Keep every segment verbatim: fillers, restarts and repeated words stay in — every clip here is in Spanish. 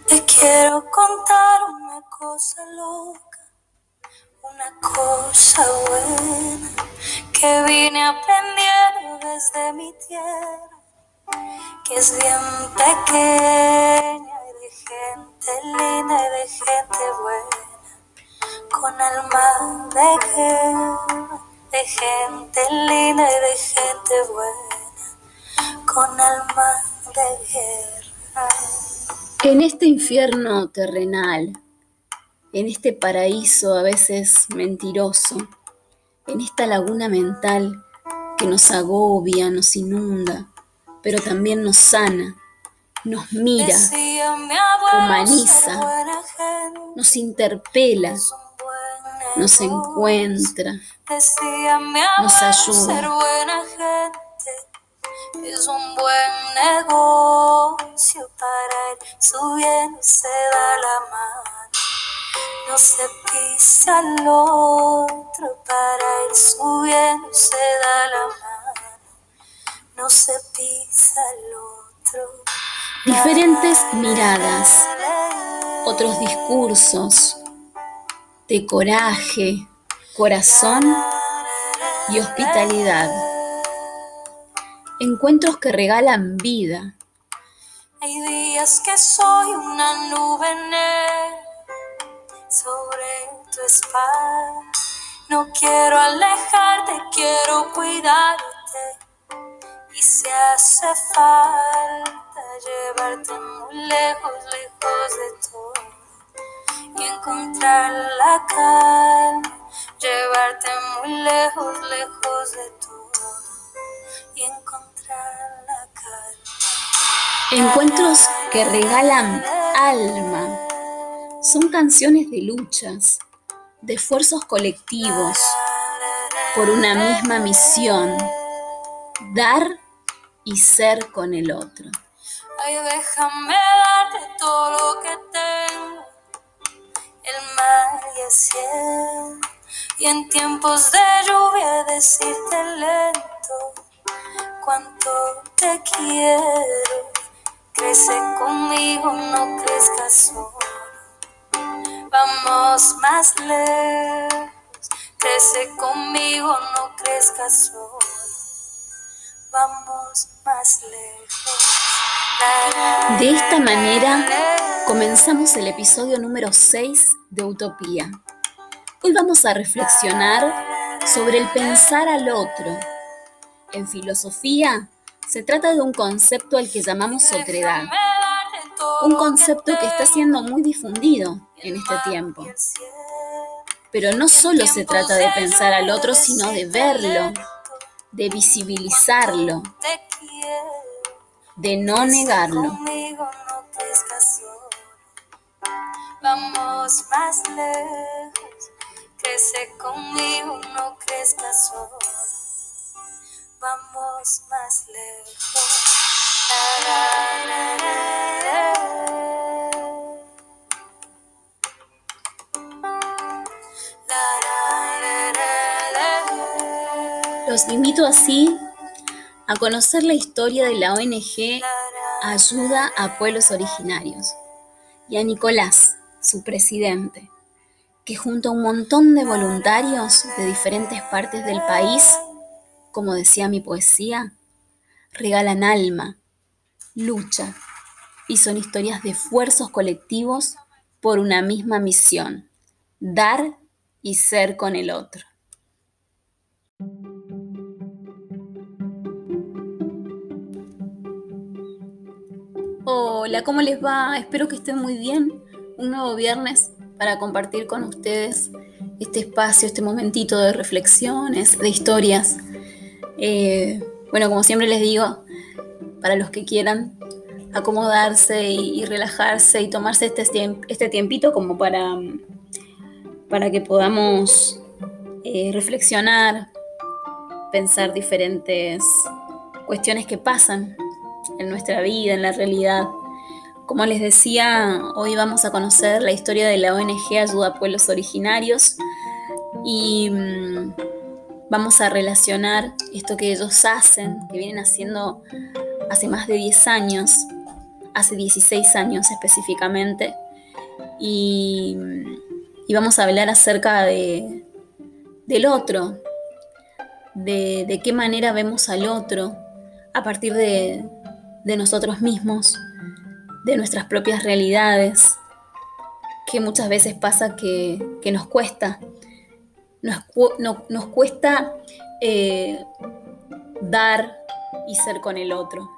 Te quiero contar una cosa loca, una cosa buena que vine aprendiendo desde mi tierra, que es bien pequeña y de gente linda y de gente buena, con alma de guerra, de gente linda y de gente buena, con alma de guerra. En este infierno terrenal, en este paraíso a veces mentiroso, en esta laguna mental que nos agobia, nos inunda, pero también nos sana, nos mira, humaniza, nos interpela, nos encuentra, nos ayuda. Es un buen negocio para él, su bien se da la mano, no se pisa al otro, para él su bien se da la mano, no se pisa al otro. Diferentes miradas, otros discursos de coraje, corazón y hospitalidad. Encuentros que regalan vida. Hay días que soy una nube negra sobre tu espalda. No quiero alejarte, quiero cuidarte. Y si hace falta llevarte muy lejos, lejos de todo. Y encontrar la calma, llevarte muy lejos, lejos de todo. Y encontrar la calma. Encuentros que regalan alma. Son canciones de luchas, de esfuerzos colectivos, por una misma misión, dar y ser con el otro. Ay, déjame darte todo lo que tengo, el mar y el cielo, y en tiempos de lluvia decirte lento cuánto te quiero. Crece conmigo, no crezcas solo. Vamos más lejos. Crece conmigo, no crezcas solo. Vamos más lejos. De esta manera comenzamos el episodio número seis de Utopía. Hoy vamos a reflexionar sobre el pensar al otro. En filosofía se trata de un concepto al que llamamos otredad, un concepto que está siendo muy difundido en este tiempo. Pero no solo se trata de pensar al otro, sino de verlo, de visibilizarlo, de no negarlo. Vamos más lejos, crece conmigo, no crezcas solo. Vamos más lejos. La, la, la, la. Los invito así a conocer la historia de la O N G Ayuda a Pueblos Originarios y a Nicolás, su presidente, que junto a un montón de voluntarios de diferentes partes del país, como decía mi poesía, regalan alma, lucha, y son historias de esfuerzos colectivos por una misma misión: dar y ser con el otro. Hola, ¿cómo les va? Espero que estén muy bien. Un nuevo viernes para compartir con ustedes este espacio, este momentito de reflexiones, de historias. Eh, bueno, como siempre les digo, para los que quieran acomodarse y, y relajarse y tomarse este, tiemp- este tiempito como para, para que podamos eh, reflexionar, pensar diferentes cuestiones que pasan en nuestra vida, en la realidad. Como les decía, hoy vamos a conocer la historia de la O N G Ayuda a Pueblos Originarios y mmm, vamos a relacionar esto que ellos hacen, que vienen haciendo hace más de diez años, hace dieciséis años específicamente, y, y vamos a hablar acerca de, del otro, de, de qué manera vemos al otro a partir de, de nosotros mismos, de nuestras propias realidades, que muchas veces pasa que, que nos cuesta, nos, no, nos cuesta eh, dar y ser con el otro.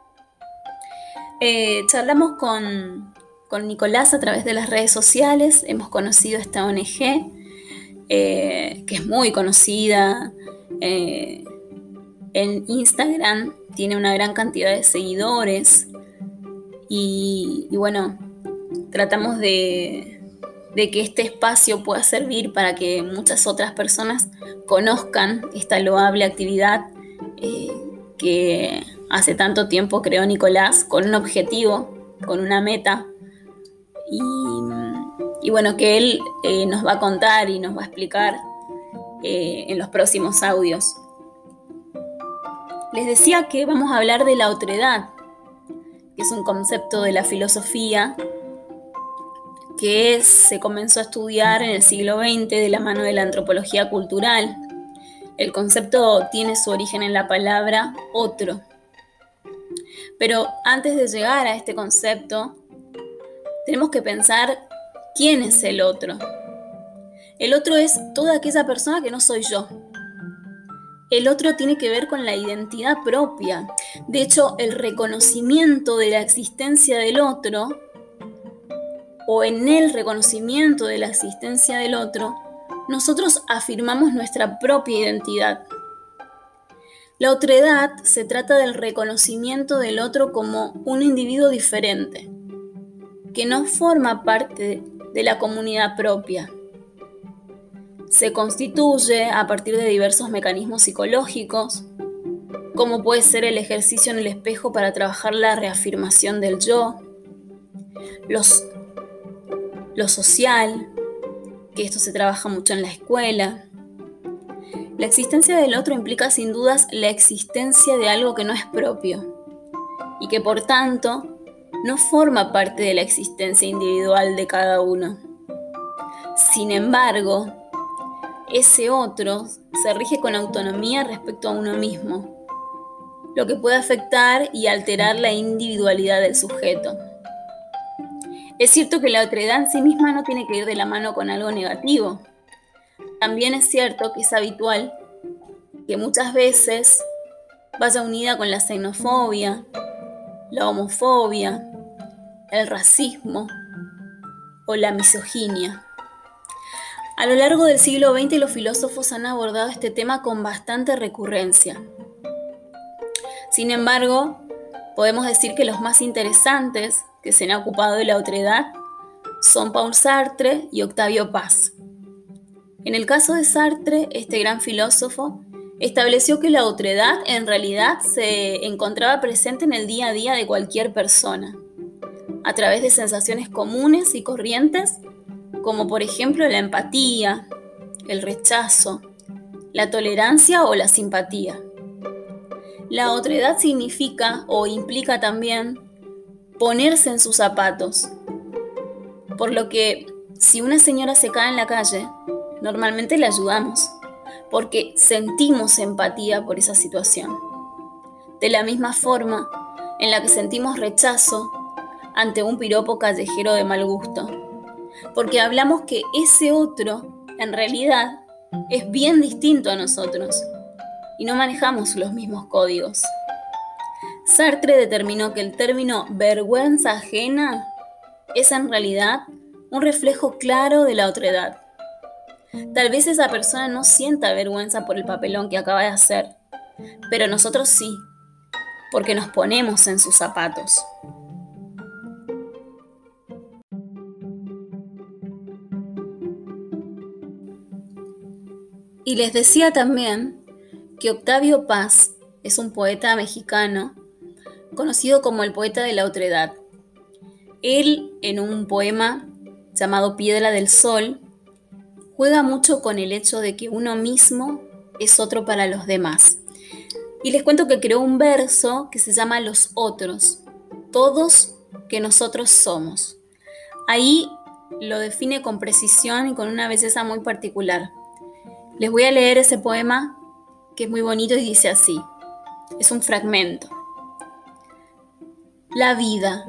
Eh, charlamos con, con Nicolás a través de las redes sociales, hemos conocido esta O N G, eh, que es muy conocida eh, en Instagram, tiene una gran cantidad de seguidores y, y bueno, tratamos de, de que este espacio pueda servir para que muchas otras personas conozcan esta loable actividad eh, que hace tanto tiempo creó Nicolás con un objetivo, con una meta, y, y bueno, que él eh, nos va a contar y nos va a explicar eh, en los próximos audios. Les decía que vamos a hablar de la otredad, que es un concepto de la filosofía que se comenzó a estudiar en el siglo veinte de la mano de la antropología cultural. El concepto tiene su origen en la palabra otro. Pero antes de llegar a este concepto, tenemos que pensar quién es el otro. El otro es toda aquella persona que no soy yo. El otro tiene que ver con la identidad propia. De hecho, el reconocimiento de la existencia del otro, o en el reconocimiento de la existencia del otro, nosotros afirmamos nuestra propia identidad. La otredad se trata del reconocimiento del otro como un individuo diferente, que no forma parte de la comunidad propia. Se constituye a partir de diversos mecanismos psicológicos, como puede ser el ejercicio en el espejo para trabajar la reafirmación del yo, los, lo social, que esto se trabaja mucho en la escuela. La existencia del otro implica sin dudas la existencia de algo que no es propio y que por tanto no forma parte de la existencia individual de cada uno. Sin embargo, ese otro se rige con autonomía respecto a uno mismo, lo que puede afectar y alterar la individualidad del sujeto. Es cierto que la otredad en sí misma no tiene que ir de la mano con algo negativo. También es cierto que es habitual que muchas veces vaya unida con la xenofobia, la homofobia, el racismo o la misoginia. A lo largo del siglo veinte los filósofos han abordado este tema con bastante recurrencia. Sin embargo, podemos decir que los más interesantes que se han ocupado de la otredad son Paul Sartre y Octavio Paz. En el caso de Sartre, este gran filósofo estableció que la otredad en realidad se encontraba presente en el día a día de cualquier persona, a través de sensaciones comunes y corrientes, como por ejemplo la empatía, el rechazo, la tolerancia o la simpatía. La otredad significa o implica también ponerse en sus zapatos, por lo que si una señora se cae en la calle, normalmente la ayudamos, porque sentimos empatía por esa situación. De la misma forma en la que sentimos rechazo ante un piropo callejero de mal gusto, porque hablamos que ese otro, en realidad, es bien distinto a nosotros y no manejamos los mismos códigos. Sartre determinó que el término vergüenza ajena es en realidad un reflejo claro de la otredad. Tal vez esa persona no sienta vergüenza por el papelón que acaba de hacer, pero nosotros sí, porque nos ponemos en sus zapatos. Y les decía también que Octavio Paz es un poeta mexicano conocido como el poeta de la otredad. Él, en un poema llamado Piedra del Sol, juega mucho con el hecho de que uno mismo es otro para los demás. Y les cuento que creó un verso que se llama Los Otros. Todos que nosotros somos. Ahí lo define con precisión y con una belleza muy particular. Les voy a leer ese poema que es muy bonito y dice así. Es un fragmento. La vida,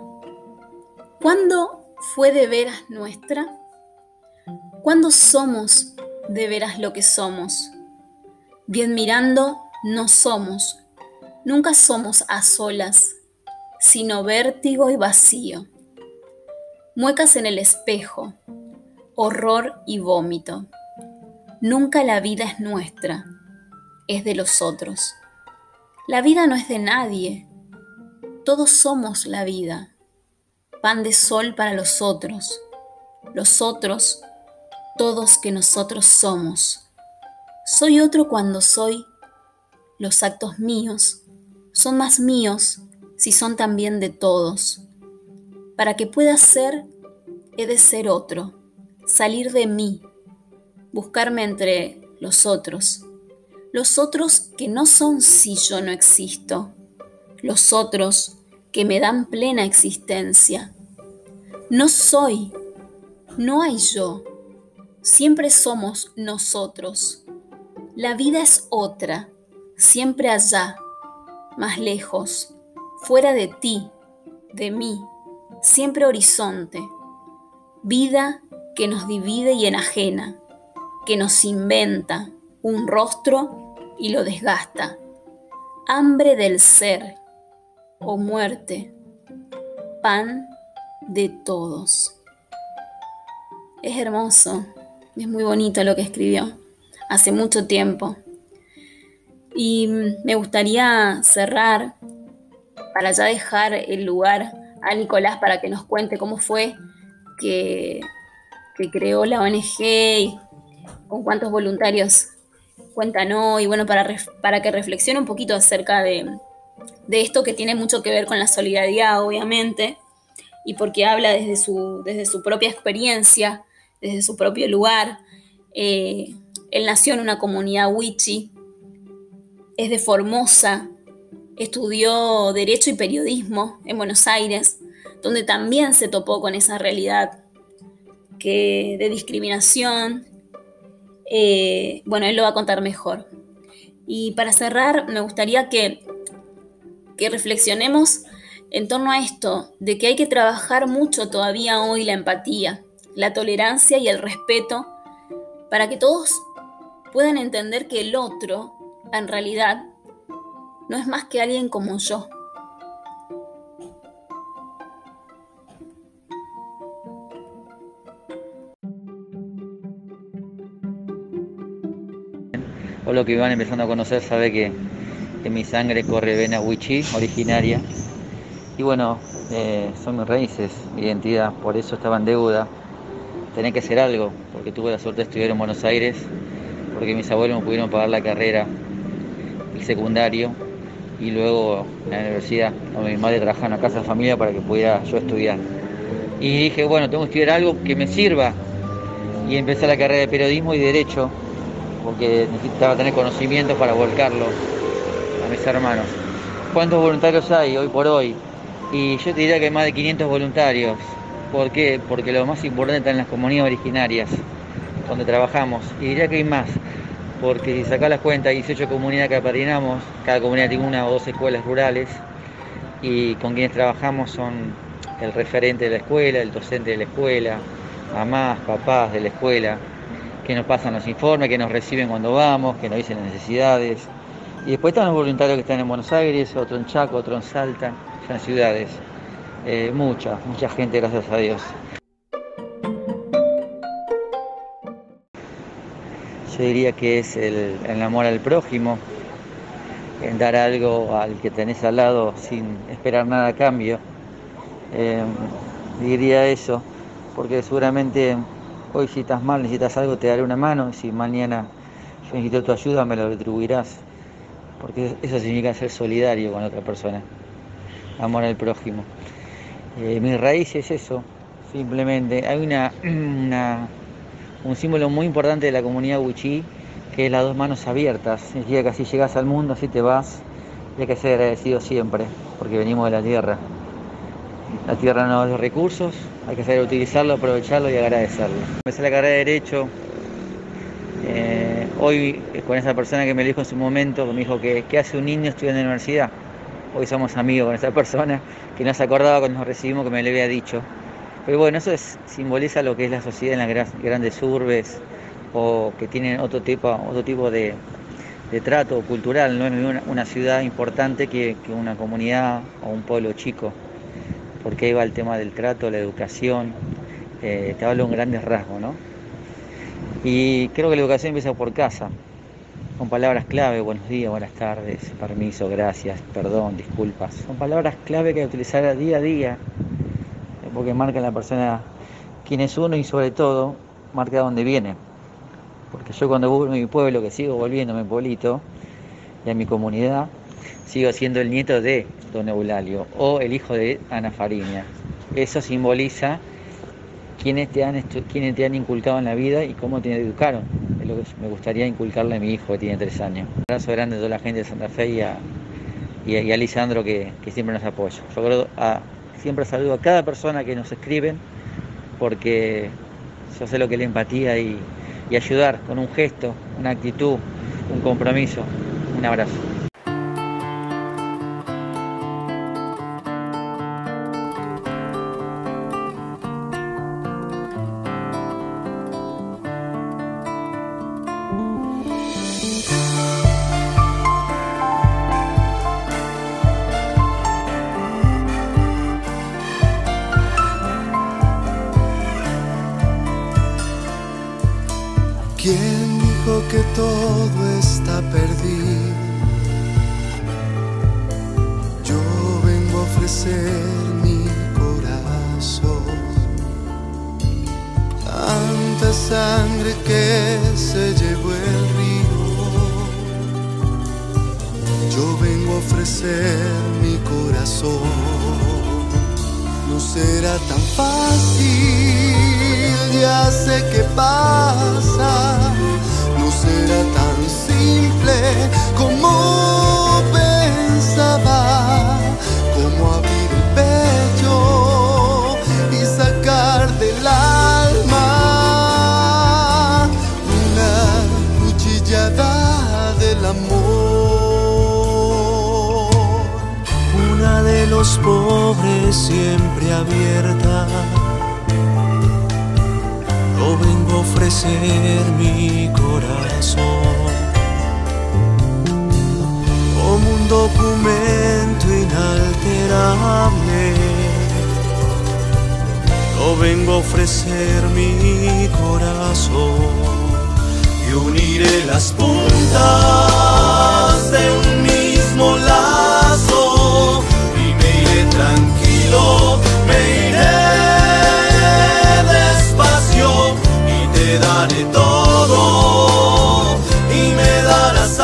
¿cuándo fue de veras nuestra? ¿Cuándo somos de veras lo que somos? Bien mirando, no somos. Nunca somos a solas, sino vértigo y vacío. Muecas en el espejo, horror y vómito. Nunca la vida es nuestra, es de los otros. La vida no es de nadie. Todos somos la vida. Pan de sol para los otros. Los otros, todos que nosotros somos. Soy otro cuando soy. Los actos míos son más míos si son también de todos. Para que pueda ser, he de ser otro, salir de mí, buscarme entre los otros. Los otros que no son si yo no existo. Los otros que me dan plena existencia. No soy, no hay yo. Siempre somos nosotros. La vida es otra, siempre allá, más lejos, fuera de ti, de mí, siempre horizonte. Vida que nos divide y enajena, que nos inventa un rostro y lo desgasta. Hambre del ser o muerte, pan de todos. Es hermoso, es muy bonito lo que escribió hace mucho tiempo. Y me gustaría cerrar para ya dejar el lugar a Nicolás para que nos cuente cómo fue que, que creó la O N G y con cuántos voluntarios cuentan hoy, bueno, para, ref, para que reflexione un poquito acerca de, de esto que tiene mucho que ver con la solidaridad, obviamente, y porque habla desde su, desde su propia experiencia, desde su propio lugar. Eh, él nació en una comunidad wichí, es de Formosa, estudió Derecho y Periodismo en Buenos Aires, donde también se topó con esa realidad que, de discriminación. Eh, bueno, él lo va a contar mejor. Y para cerrar, me gustaría que, que reflexionemos en torno a esto, de que hay que trabajar mucho todavía hoy la empatía, la tolerancia y el respeto, para que todos puedan entender que el otro, en realidad, no es más que alguien como yo. O lo que van empezando a conocer sabe que en mi sangre corre vena wichí, originaria. Y bueno, eh, son mis raíces, mi identidad, por eso estaba en deuda. Tenía que hacer algo, porque tuve la suerte de estudiar en Buenos Aires, porque mis abuelos me pudieron pagar la carrera, el secundario, y luego en la universidad, donde mi madre trabajaba en una casa de familia para que pudiera yo estudiar. Y dije, bueno, tengo que estudiar algo que me sirva. Y empecé la carrera de periodismo y derecho, porque necesitaba tener conocimientos para volcarlo a mis hermanos. ¿Cuántos voluntarios hay hoy por hoy? Y yo te diría que hay más de quinientos voluntarios. ¿Por qué? Porque lo más importante está en las comunidades originarias, donde trabajamos. Y diría que hay más, porque si sacás las cuentas, hay dieciocho comunidades que apadrinamos, cada comunidad tiene una o dos escuelas rurales, y con quienes trabajamos son el referente de la escuela, el docente de la escuela, mamás, papás de la escuela, que nos pasan los informes, que nos reciben cuando vamos, que nos dicen las necesidades. Y después están los voluntarios que están en Buenos Aires, otro en Chaco, otro en Salta, ya en ciudades. Eh, mucha, mucha gente, gracias a Dios. Yo diría que es el, el amor al prójimo, en dar algo al que tenés al lado sin esperar nada a cambio. Eh, diría eso, porque seguramente hoy si estás mal, necesitas algo, te daré una mano, y si mañana yo necesito tu ayuda, me lo retribuirás, porque eso significa ser solidario con otra persona, amor al prójimo. Eh, mi raíz es eso, simplemente. Hay una, una, un símbolo muy importante de la comunidad wichí, que es las dos manos abiertas. Significa que así llegas al mundo, así te vas, y hay que ser agradecido siempre, porque venimos de la tierra. La tierra nos da los recursos, hay que saber utilizarlo, aprovecharlo y agradecerlo. Empecé la carrera de Derecho. Eh, hoy, con esa persona que me lo dijo en su momento, que me dijo que ¿qué hace un niño estudiando en la universidad? Hoy somos amigos con esa persona que no se acordaba cuando nos recibimos que me lo había dicho. Pero bueno, eso es, simboliza lo que es la sociedad en las gras, grandes urbes, o que tienen otro tipo, otro tipo de, de trato cultural, no es una, una ciudad importante que, que una comunidad o un pueblo chico, porque ahí va el tema del trato, la educación, eh, te hablo en grandes rasgos, ¿no? Y creo que la educación empieza por casa, con palabras clave: buenos días, buenas tardes, permiso, gracias, perdón, disculpas. Son palabras clave que hay que utilizar día a día, porque marcan a la persona quién es uno y sobre todo marca dónde viene. Porque yo cuando vuelvo a mi pueblo, que sigo volviendo a mi pueblito y a mi comunidad, sigo siendo el nieto de Don Eulalio o el hijo de Ana Fariña. Eso simboliza quiénes te han estu- quiénes te han inculcado en la vida y cómo te educaron. Es lo que me gustaría inculcarle a mi hijo que tiene tres años. Un abrazo grande a toda la gente de Santa Fe y a, y a, y a Lisandro que, que siempre nos apoya. Yo creo a, siempre saludo a cada persona que nos escriben, porque yo sé lo que es la empatía y, y ayudar con un gesto, una actitud, un compromiso. Un abrazo. ¿Quién dijo que todo está perdido? Yo vengo a ofrecer mi corazón, tanta sangre que se llevó el río. Yo vengo a ofrecer mi corazón. No será tan fácil, ya sé que pasa. No será tan simple como pensaba, como abrir el pecho y sacar del alma una cuchillada del amor. Una de los pobres siempre abierta. Yo vengo a ofrecer mi corazón como un documento inalterable. Yo vengo a ofrecer mi corazón y uniré las puntas de un mismo lazo y me iré tranquilo, me iré despacio y te daré todo y me darás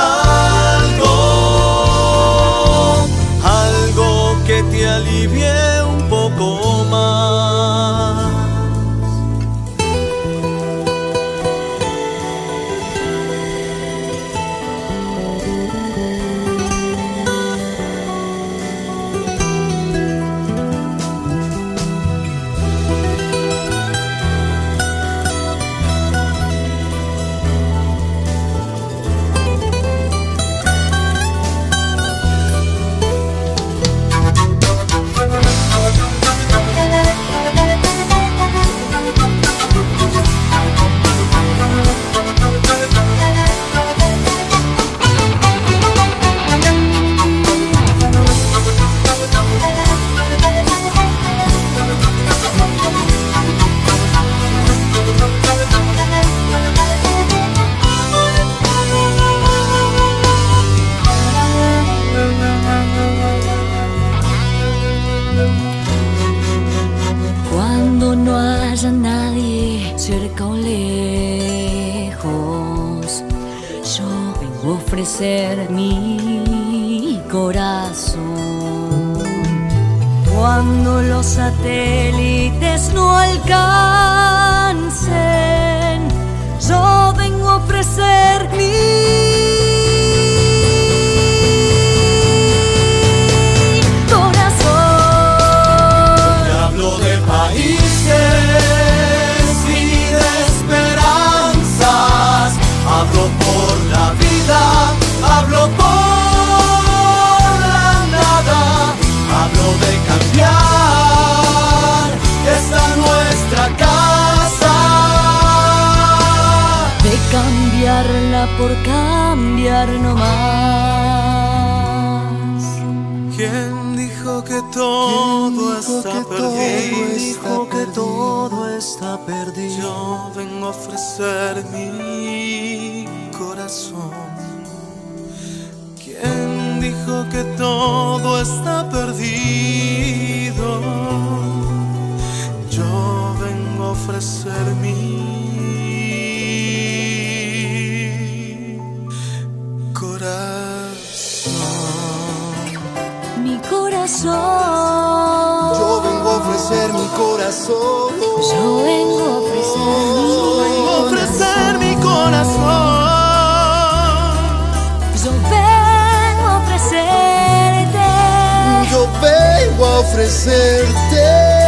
algo, algo que te alivie un poco más. Cuando no haya nadie cerca o lejos, yo vengo a ofrecer mi corazón. Cuando los satélites no alcancen, yo vengo a ofrecer mi corazón. por cambiar no más. ¿Quién dijo que todo está perdido? ¿Quién dijo que todo está perdido? Yo vengo a ofrecer mi corazón. ¿Quién dijo que todo está perdido? Yo vengo a ofrecer mi corazón. Yo vengo a ofrecer mi corazón. Yo vengo a ofrecer mi Yo vengo a ofrecer mi corazón. Yo vengo a ofrecerte. Yo vengo a ofrecerte.